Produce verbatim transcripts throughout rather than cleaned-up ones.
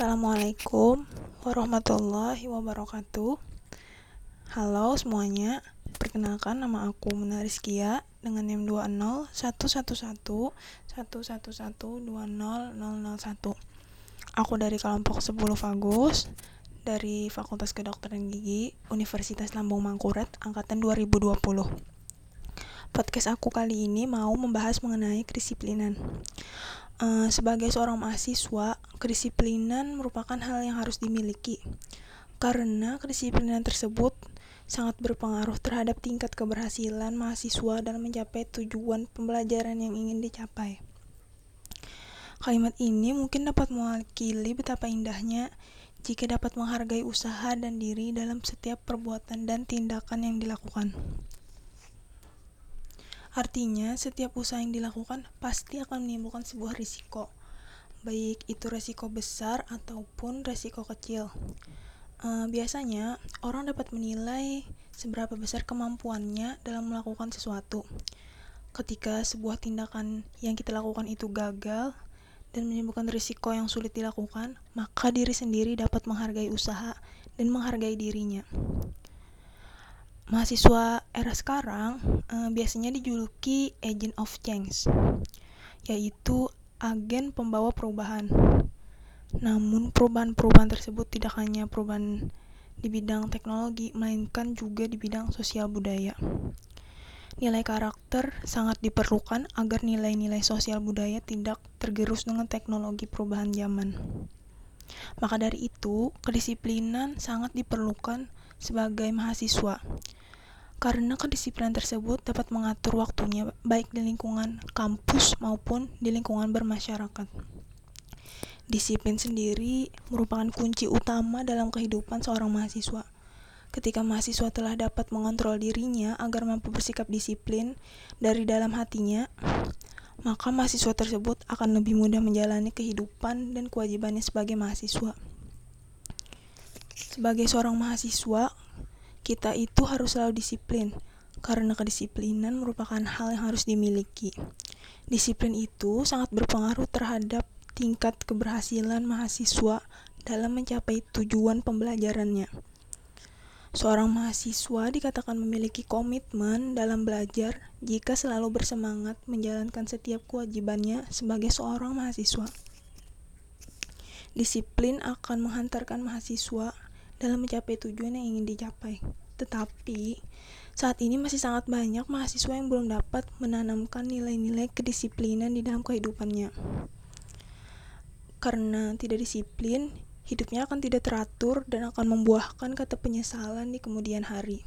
Assalamualaikum warahmatullahi wabarakatuh. Halo semuanya, perkenalkan nama aku Muna Rizkia dengan NIM dua nol satu satu satu satu satu satu dua nol nol nol satu. Aku dari kelompok sepuluh Fagus dari Fakultas Kedokteran Gigi Universitas Lambung Mangkurat angkatan dua ribu dua puluh. Podcast aku kali ini mau membahas mengenai kedisiplinan. Uh, sebagai seorang mahasiswa, kedisiplinan merupakan hal yang harus dimiliki karena kedisiplinan tersebut sangat berpengaruh terhadap tingkat keberhasilan mahasiswa dalam mencapai tujuan pembelajaran yang ingin dicapai. Kalimat ini mungkin dapat mewakili betapa indahnya jika dapat menghargai usaha dan diri dalam setiap perbuatan dan tindakan yang dilakukan. Artinya, setiap usaha yang dilakukan pasti akan menimbulkan sebuah risiko, baik itu risiko besar ataupun risiko kecil. E, biasanya, orang dapat menilai seberapa besar kemampuannya dalam melakukan sesuatu. Ketika sebuah tindakan yang kita lakukan itu gagal dan menimbulkan risiko yang sulit dilakukan, maka diri sendiri dapat menghargai usaha dan menghargai dirinya. Mahasiswa era sekarang eh, biasanya dijuluki agent of change, yaitu agen pembawa perubahan. Namun perubahan-perubahan tersebut tidak hanya perubahan di bidang teknologi, melainkan juga di bidang sosial budaya. Nilai karakter sangat diperlukan agar nilai-nilai sosial budaya tidak tergerus dengan teknologi perubahan zaman. Maka dari itu, kedisiplinan sangat diperlukan sebagai mahasiswa. Karena kedisiplinan tersebut dapat mengatur waktunya baik di lingkungan kampus maupun di lingkungan bermasyarakat. Disiplin sendiri merupakan kunci utama dalam kehidupan seorang mahasiswa. Ketika mahasiswa telah dapat mengontrol dirinya agar mampu bersikap disiplin dari dalam hatinya, maka mahasiswa tersebut akan lebih mudah menjalani kehidupan dan kewajibannya sebagai mahasiswa. Sebagai seorang mahasiswa, kita itu harus selalu disiplin, karena kedisiplinan merupakan hal yang harus dimiliki. Disiplin itu sangat berpengaruh terhadap tingkat keberhasilan mahasiswa dalam mencapai tujuan pembelajarannya. Seorang mahasiswa dikatakan memiliki komitmen dalam belajar jika selalu bersemangat menjalankan setiap kewajibannya sebagai seorang mahasiswa. Disiplin akan menghantarkan mahasiswa dalam mencapai tujuan yang ingin dicapai. Tetapi, saat ini masih sangat banyak mahasiswa yang belum dapat menanamkan nilai-nilai kedisiplinan di dalam kehidupannya. Karena tidak disiplin, hidupnya akan tidak teratur dan akan membuahkan kata penyesalan di kemudian hari.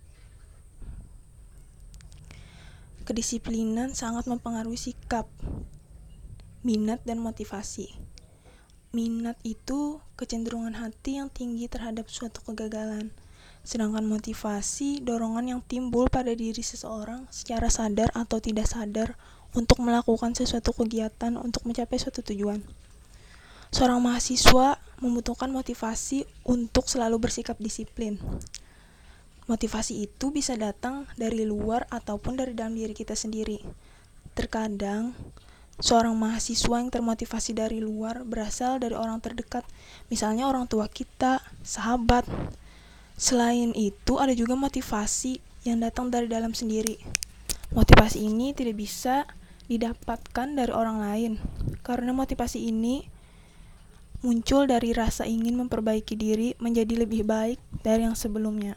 Kedisiplinan sangat mempengaruhi sikap, minat, dan motivasi. Minat itu kecenderungan hati yang tinggi terhadap suatu kegagalan, sedangkan motivasi dorongan yang timbul pada diri seseorang secara sadar atau tidak sadar untuk melakukan sesuatu kegiatan untuk mencapai suatu tujuan. Seorang mahasiswa membutuhkan motivasi untuk selalu bersikap disiplin. Motivasi itu bisa datang dari luar ataupun dari dalam diri kita sendiri. Terkadang seorang mahasiswa yang termotivasi dari luar berasal dari orang terdekat, misalnya orang tua kita, sahabat. Selain itu, ada juga motivasi yang datang dari dalam sendiri. Motivasi ini tidak bisa didapatkan dari orang lain, karena motivasi ini muncul dari rasa ingin memperbaiki diri menjadi lebih baik dari yang sebelumnya.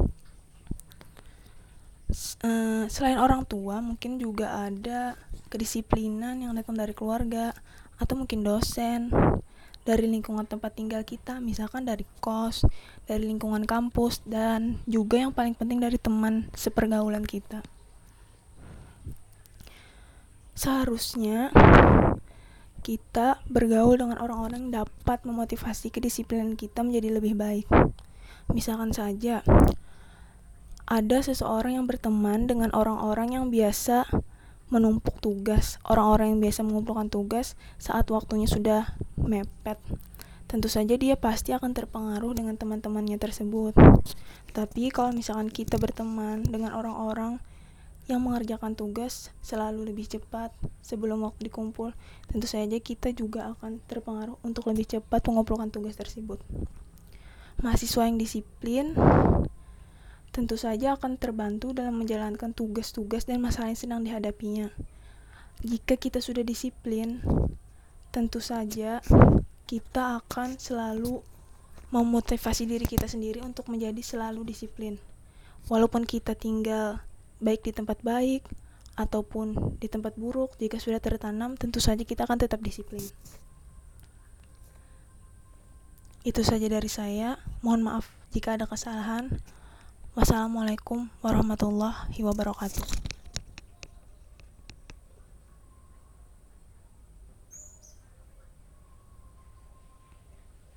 Selain orang tua, mungkin juga ada kedisiplinan yang datang dari keluarga atau mungkin dosen, dari lingkungan tempat tinggal kita, misalkan dari kos, dari lingkungan kampus, dan juga yang paling penting dari teman sepergaulan kita. Seharusnya kita bergaul dengan orang-orang yang dapat memotivasi kedisiplinan kita menjadi lebih baik. Misalkan saja, ada seseorang yang berteman dengan orang-orang yang biasa menumpuk tugas, orang-orang yang biasa mengumpulkan tugas saat waktunya sudah mepet. Tentu saja dia pasti akan terpengaruh dengan teman-temannya tersebut. Tapi kalau misalkan kita berteman dengan orang-orang yang mengerjakan tugas selalu lebih cepat sebelum waktu dikumpul, tentu saja kita juga akan terpengaruh untuk lebih cepat mengumpulkan tugas tersebut. Mahasiswa yang disiplin tentu saja akan terbantu dalam menjalankan tugas-tugas dan masalah yang sedang dihadapinya. Jika kita sudah disiplin, tentu saja kita akan selalu memotivasi diri kita sendiri untuk menjadi selalu disiplin. Walaupun kita tinggal baik di tempat baik ataupun di tempat buruk, jika sudah tertanam, tentu saja kita akan tetap disiplin. Itu saja dari saya. Mohon maaf jika ada kesalahan. Wassalamualaikum warahmatullahi wabarakatuh.